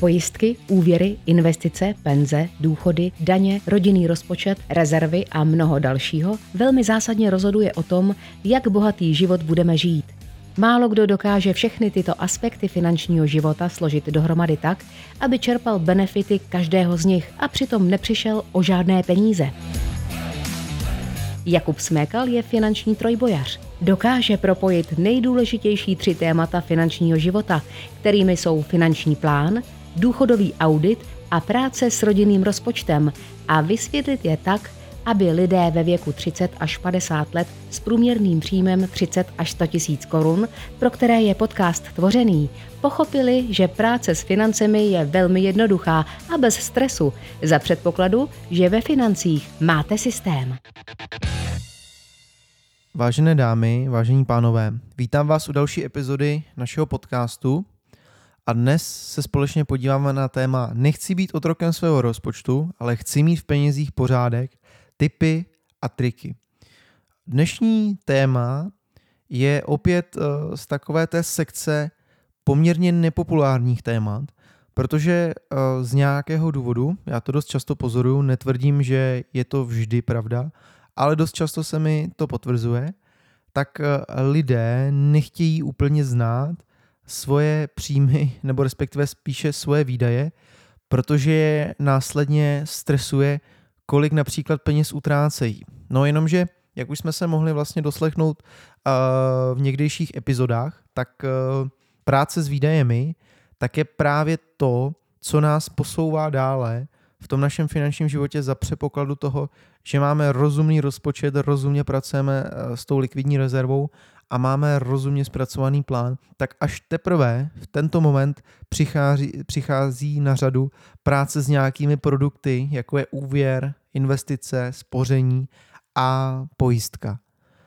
Pojistky, úvěry, investice, penze, důchody, daně, rodinný rozpočet, rezervy a mnoho dalšího velmi zásadně rozhoduje o tom, jak bohatý život budeme žít. Málo kdo dokáže všechny tyto aspekty finančního života složit dohromady tak, aby čerpal benefity každého z nich a přitom nepřišel o žádné peníze. Jakub Smekal je finanční trojbojař. Dokáže propojit nejdůležitější 3 témata finančního života, kterými jsou finanční plán, důchodový audit a práce s rodinným rozpočtem a vysvětlit je tak, aby lidé ve věku 30 až 50 let s průměrným příjmem 30 až 100 tisíc korun, pro které je podcast tvořený, pochopili, že práce s financemi je velmi jednoduchá a bez stresu, za předpokladu, že ve financích máte systém. Vážené dámy, vážení pánové, vítám vás u další epizody našeho podcastu a dnes se společně podíváme na téma Nechci být otrokem svého rozpočtu, ale chci mít v penězích pořádek, tipy a triky. Dnešní téma je opět z takové té sekce poměrně nepopulárních témat, protože z nějakého důvodu, já to dost často pozoruju, netvrdím, že je to vždy pravda, ale dost často se mi to potvrzuje, tak lidé nechtějí úplně znát svoje příjmy, nebo respektive spíše svoje výdaje, protože je následně stresuje, kolik například peněz utrácejí. No jenomže, jak už jsme se mohli vlastně doslechnout v někdejších epizodách, tak práce s výdajemi tak je právě to, co nás posouvá dále v tom našem finančním životě za předpokladu toho, že máme rozumný rozpočet, rozumně pracujeme s tou likvidní rezervou a máme rozumně zpracovaný plán, tak až teprve v tento moment přichází na řadu práce s nějakými produkty, jako je úvěr, investice, spoření a pojistka.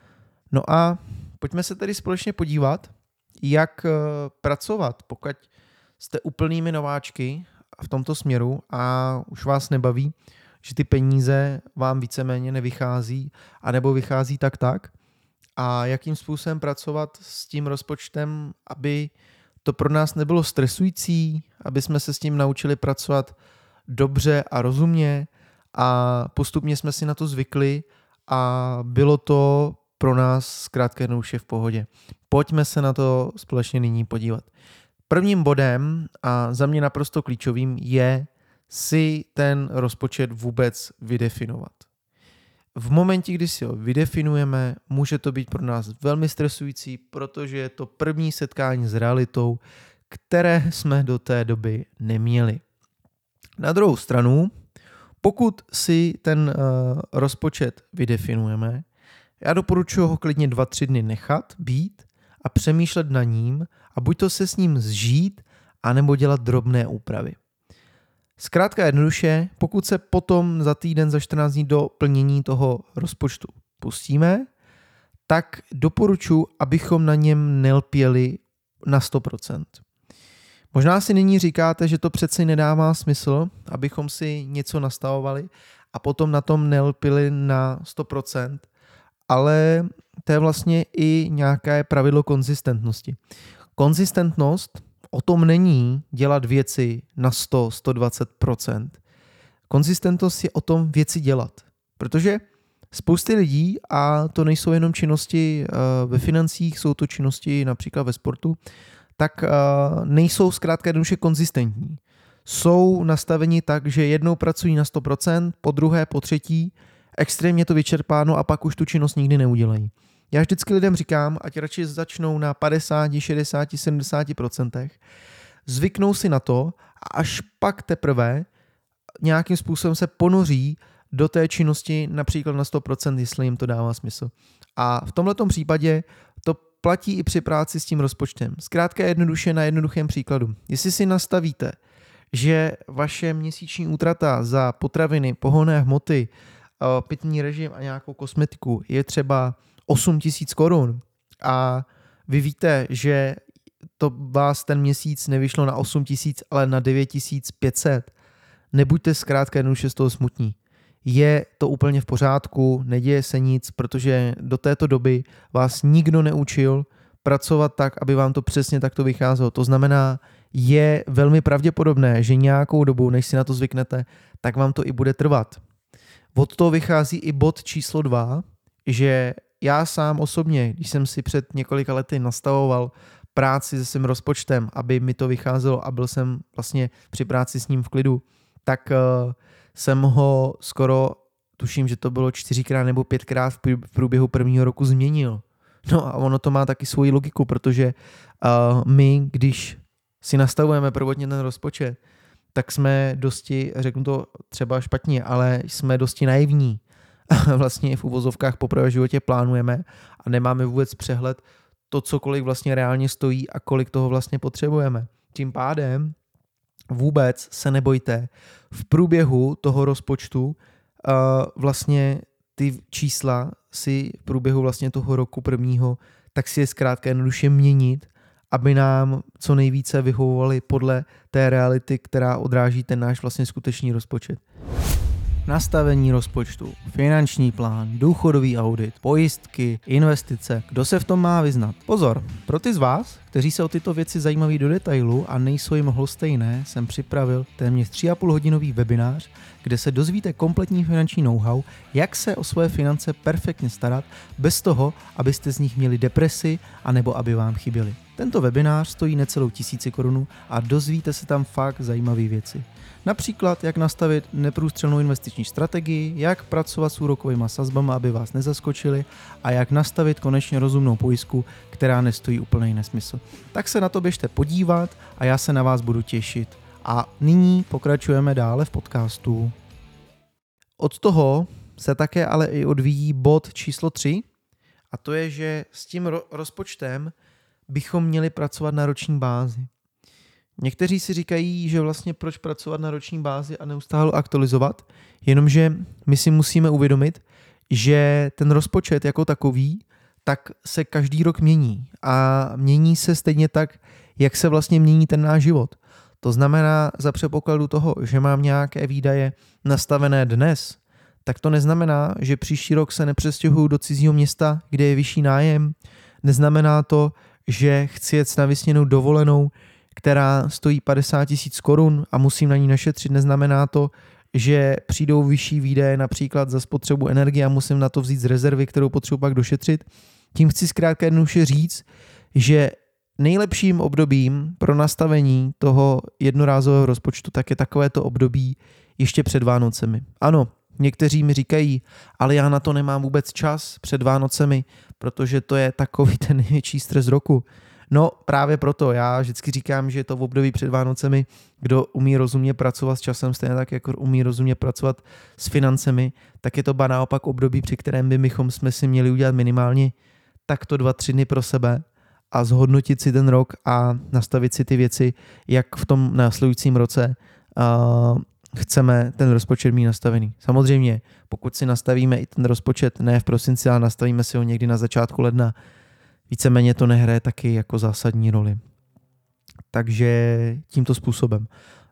No a pojďme se tedy společně podívat, jak pracovat, pokud jste úplnými nováčky v tomto směru a už vás nebaví, že ty peníze vám víceméně nevychází, anebo vychází tak, a jakým způsobem pracovat s tím rozpočtem, aby to pro nás nebylo stresující, aby jsme se s tím naučili pracovat dobře a rozumně a postupně jsme si na to zvykli a bylo to pro nás zkrátka jednoduše v pohodě. Pojďme se na to společně nyní podívat. Prvním bodem a za mě naprosto klíčovým je si ten rozpočet vůbec vydefinovat. V momentě, kdy si ho vydefinujeme, může to být pro nás velmi stresující, protože je to první setkání s realitou, které jsme do té doby neměli. Na druhou stranu, pokud si ten rozpočet vydefinujeme, já doporučuji ho klidně 2-3 dny nechat být a přemýšlet na ním a buď to se s ním zžít, anebo dělat drobné úpravy. Zkrátka jednoduše, pokud se potom za týden, za 14 dní do plnění toho rozpočtu pustíme, tak doporučuji, abychom na něm nelpěli na 100%. Možná si nyní říkáte, že to přece nedává smysl, abychom si něco nastavovali a potom na tom nelpěli na 100%, ale to je vlastně i nějaké pravidlo konzistentnosti. Konzistentnost o tom není dělat věci na 100-120%. Konzistentnost je o tom věci dělat. Protože spousty lidí, a to nejsou jenom činnosti ve financích, jsou to činnosti například ve sportu, tak nejsou zkrátka jednoduše konzistentní. Jsou nastaveni tak, že jednou pracují na 100%, po druhé, po třetí, extrémně to vyčerpáno a pak už tu činnost nikdy neudělají. Já vždycky lidem říkám, ať radši začnou na 50, 60, 70%, zvyknou si na to a až pak teprve nějakým způsobem se ponoří do té činnosti například na 100%, jestli jim to dává smysl. A v tomhletom případě to platí i při práci s tím rozpočtem. Zkrátka jednoduše na jednoduchém příkladu. Jestli si nastavíte, že vaše měsíční útrata za potraviny, pohonné hmoty, pitný režim a nějakou kosmetiku je třeba 8 000 korun a vy víte, že to vás ten měsíc nevyšlo na 8 000, ale na 9 500, nebuďte zkrátka jednoduše z toho smutní. Je to úplně v pořádku, neděje se nic, protože do této doby vás nikdo neučil pracovat tak, aby vám to přesně takto vycházelo. To znamená, je velmi pravděpodobné, že nějakou dobu, než si na to zvyknete, tak vám to i bude trvat. Od toho vychází i bod číslo 2, že já sám osobně, když jsem si před několika lety nastavoval práci se svým rozpočtem, aby mi to vycházelo a byl jsem vlastně při práci s ním v klidu, tak jsem ho skoro, tuším, že to bylo 4krát nebo 5krát v průběhu prvního roku změnil. No a ono to má taky svoji logiku, protože my, když si nastavujeme prvotně ten rozpočet, tak jsme dosti, řeknu to třeba špatně, ale jsme dosti naivní. Vlastně v uvozovkách poprvé v životě plánujeme a nemáme vůbec přehled to, co kolik vlastně reálně stojí a kolik toho vlastně potřebujeme. Tím pádem vůbec se nebojte. V průběhu toho rozpočtu vlastně ty čísla si v průběhu vlastně toho roku prvního, tak si je zkrátka jednoduše měnit, aby nám co nejvíce vyhovovaly podle té reality, která odráží ten náš vlastně skutečný rozpočet. Nastavení rozpočtu, finanční plán, důchodový audit, pojistky, investice. Kdo se v tom má vyznat? Pozor, pro ty z vás, kteří se o tyto věci zajímaví do detailu a nejsou jim lhostejné, jsem připravil téměř 3,5 hodinový webinář, kde se dozvíte kompletní finanční know-how, jak se o svoje finance perfektně starat, bez toho, abyste z nich měli depresi, anebo aby vám chyběly. Tento webinář stojí necelou 1000 korun a dozvíte se tam fakt zajímavé věci. Například, jak nastavit neprůstřelnou investiční strategii, jak pracovat s úrokovými sazbami, aby vás nezaskočili a jak nastavit konečně rozumnou pojistku, která nestojí úplný nesmysl. Tak se na to běžte podívat a já se na vás budu těšit. A nyní pokračujeme dále v podcastu. Od toho se také ale i odvíjí bod číslo 3 a to je, že s tím rozpočtem bychom měli pracovat na roční bázi. Někteří si říkají, že vlastně proč pracovat na roční bázi a neustále aktualizovat, jenomže my si musíme uvědomit, že ten rozpočet jako takový, tak se každý rok mění a mění se stejně tak, jak se vlastně mění ten náš život. To znamená, za předpokladu toho, že mám nějaké výdaje nastavené dnes, tak to neznamená, že příští rok se nepřestěhuju do cizího města, kde je vyšší nájem. Neznamená to, že chci jet na vysněnou dovolenou, která stojí 50 000 korun a musím na ní našetřit. Neznamená to, že přijdou vyšší výdaje například za spotřebu energie a musím na to vzít z rezervy, kterou potřebuji pak došetřit. Tím chci zkrátka jednoduše říct, že nejlepším obdobím pro nastavení toho jednorázového rozpočtu tak je takovéto období ještě před Vánocemi. Ano, někteří mi říkají, ale já na to nemám vůbec čas před Vánocemi, protože to je takový ten největší stres roku. No právě proto já vždycky říkám, že to v období před Vánocemi, kdo umí rozumně pracovat s časem, stejně tak jako umí rozumně pracovat s financemi, tak je to ba naopak období, při kterém jsme si měli udělat minimálně takto 2-3 dny pro sebe a zhodnotit si ten rok a nastavit si ty věci, jak v tom následujícím roce chceme ten rozpočet mít nastavený. Samozřejmě, pokud si nastavíme i ten rozpočet ne v prosinci, ale nastavíme si ho někdy na začátku ledna, víceméně to nehraje taky jako zásadní roli. Takže tímto způsobem.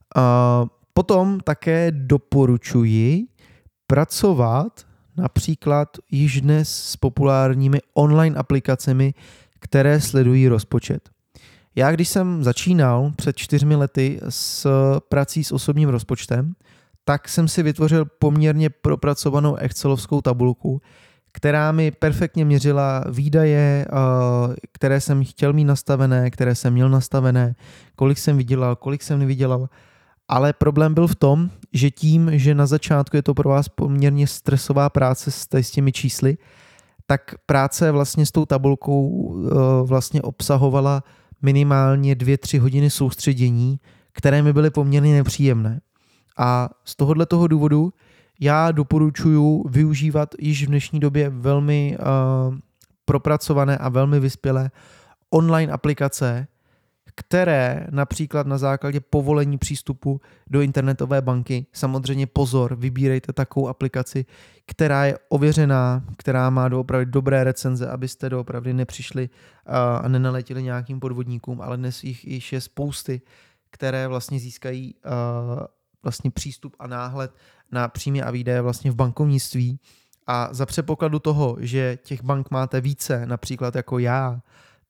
Potom také doporučuji pracovat například již dnes s populárními online aplikacemi, které sledují rozpočet. Já když jsem začínal před 4 lety s prací s osobním rozpočtem, tak jsem si vytvořil poměrně propracovanou excelovskou tabulku, která mi perfektně měřila výdaje, které jsem chtěl mít nastavené, které jsem měl nastavené, kolik jsem vydělal, kolik jsem nevydělal. Ale problém byl v tom, že tím, že na začátku je to pro vás poměrně stresová práce s těmi čísly, tak práce vlastně s tou tabulkou vlastně obsahovala minimálně 2-3 hodiny soustředění, které mi byly poměrně nepříjemné. A z tohoto důvodu já doporučuji využívat již v dnešní době velmi propracované a velmi vyspělé online aplikace, které například na základě povolení přístupu do internetové banky, samozřejmě pozor, vybírejte takovou aplikaci, která je ověřená, která má doopravdy dobré recenze, abyste doopravdy nepřišli a nenaletěli nějakým podvodníkům, ale dnes jich je spousty, které vlastně získají vlastně přístup a náhled na příjmy a výdaje vlastně v bankovnictví. A za předpokladu toho, že těch bank máte více, například jako já,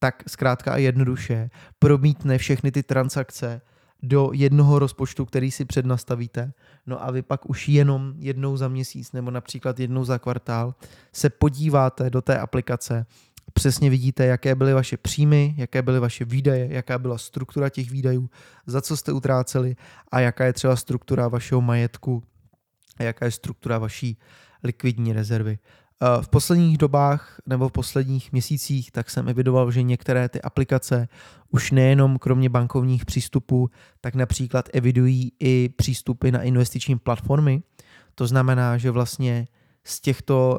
tak zkrátka a jednoduše promítne všechny ty transakce do jednoho rozpočtu, který si přednastavíte. No a vy pak už jenom jednou za měsíc nebo například jednou za kvartál se podíváte do té aplikace, přesně vidíte, jaké byly vaše příjmy, jaké byly vaše výdaje, jaká byla struktura těch výdajů, za co jste utráceli a jaká je třeba struktura vašeho majetku a jaká je struktura vaší likvidní rezervy. V posledních dobách nebo v posledních měsících tak jsem evidoval, že některé ty aplikace už nejenom kromě bankovních přístupů, tak například evidují i přístupy na investiční platformy. To znamená, že vlastně z těchto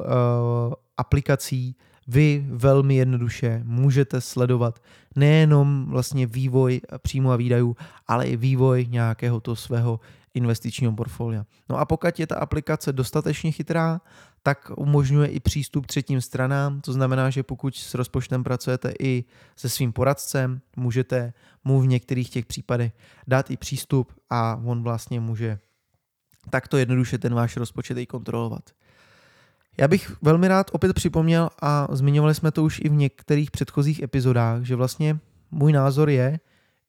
aplikací vy velmi jednoduše můžete sledovat nejenom vlastně vývoj příjmu a výdajů, ale i vývoj nějakého toho svého investičního portfolia. No a pokud je ta aplikace dostatečně chytrá, tak umožňuje i přístup třetím stranám, to znamená, že pokud s rozpočtem pracujete i se svým poradcem, můžete mu v některých těch případech dát i přístup a on vlastně může takto jednoduše ten váš rozpočet i kontrolovat. Já bych velmi rád opět připomněl, a zmiňovali jsme to už i v některých předchozích epizodách, že vlastně můj názor je,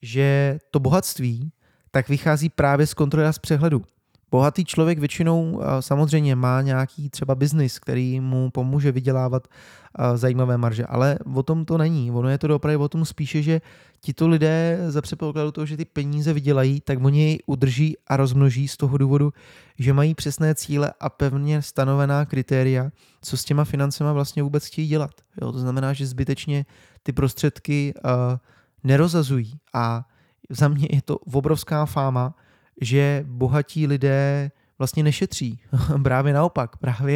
že to bohatství tak vychází právě z kontroly a z přehledu. Bohatý člověk většinou samozřejmě má nějaký třeba biznis, který mu pomůže vydělávat zajímavé marže, ale o tom to není. Ono je to opravdu o tom spíše, že tito lidé za předpokladu toho, že ty peníze vydělají, tak oni jej udrží a rozmnoží z toho důvodu, že mají přesné cíle a pevně stanovená kritéria, co s těma financema vlastně vůbec chtějí dělat. Jo, to znamená, že zbytečně ty prostředky nerozazují a za mě je to obrovská fáma, že bohatí lidé vlastně nešetří. Právě naopak,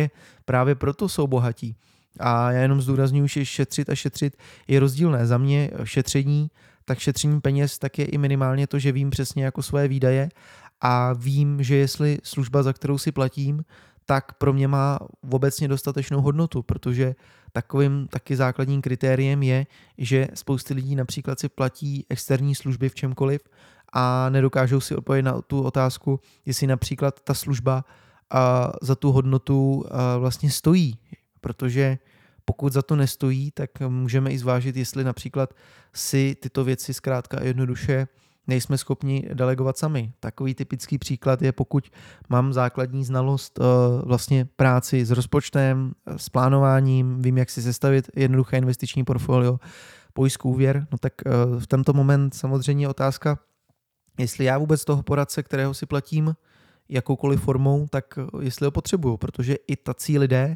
právě proto jsou bohatí. A já jenom zdůrazňuji, že šetřit a šetřit je rozdílné. Za mě šetření peněz tak je i minimálně to, že vím přesně jako svoje výdaje a vím, že jestli služba, za kterou si platím, tak pro mě má obecně dostatečnou hodnotu, protože takovým taky základním kritériem je, že spousty lidí například si platí externí služby v čemkoliv a nedokážou si odpovědět na tu otázku, jestli například ta služba za tu hodnotu vlastně stojí. Protože pokud za to nestojí, tak můžeme i zvážit, jestli například si tyto věci zkrátka a jednoduše nejsme schopni delegovat sami. Takový typický příklad je, pokud mám základní znalost vlastně práci s rozpočtem, s plánováním, vím, jak si sestavit jednoduché investiční portfolio, pojistku, úvěr, no tak v tento moment samozřejmě je otázka, jestli já vůbec toho poradce, kterého si platím jakoukoliv formou, tak jestli ho potřebuju, protože i tací lidé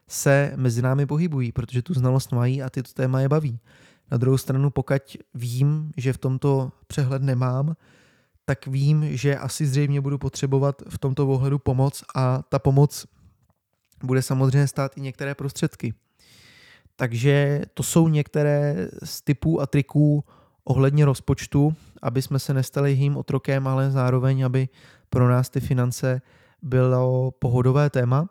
se mezi námi pohybují, protože tu znalost mají a tyto téma je baví. Na druhou stranu, pokud vím, že v tomto přehled nemám, tak vím, že asi zřejmě budu potřebovat v tomto ohledu pomoc a ta pomoc bude samozřejmě stát i některé prostředky. Takže to jsou některé z typů a triků ohledně rozpočtu, aby jsme se nestali jejím otrokem, ale zároveň, aby pro nás ty finance bylo pohodové téma.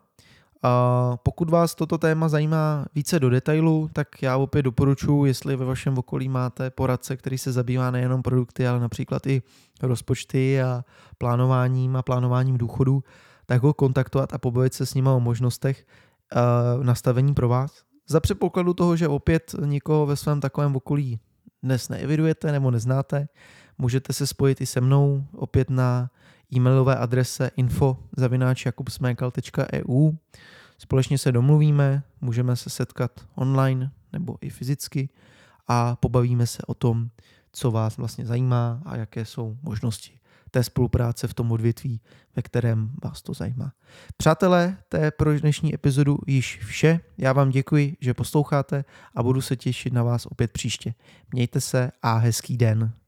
A pokud vás toto téma zajímá více do detailu, tak já opět doporučuji, jestli ve vašem okolí máte poradce, který se zabývá nejenom produkty, ale například i rozpočty a plánováním důchodu, tak ho kontaktovat a pobavit se s nima o možnostech nastavení pro vás. Za předpokladu toho, že opět nikoho ve svém takovém okolí dnes neevidujete nebo neznáte, můžete se spojit i se mnou opět na e-mailové adrese info@jakubsmekal.eu. Společně se domluvíme, můžeme se setkat online nebo i fyzicky a pobavíme se o tom, co vás vlastně zajímá a jaké jsou možnosti té spolupráce v tom odvětví, ve kterém vás to zajímá. Přátelé, to je pro dnešní epizodu již vše. Já vám děkuji, že posloucháte a budu se těšit na vás opět příště. Mějte se a hezký den.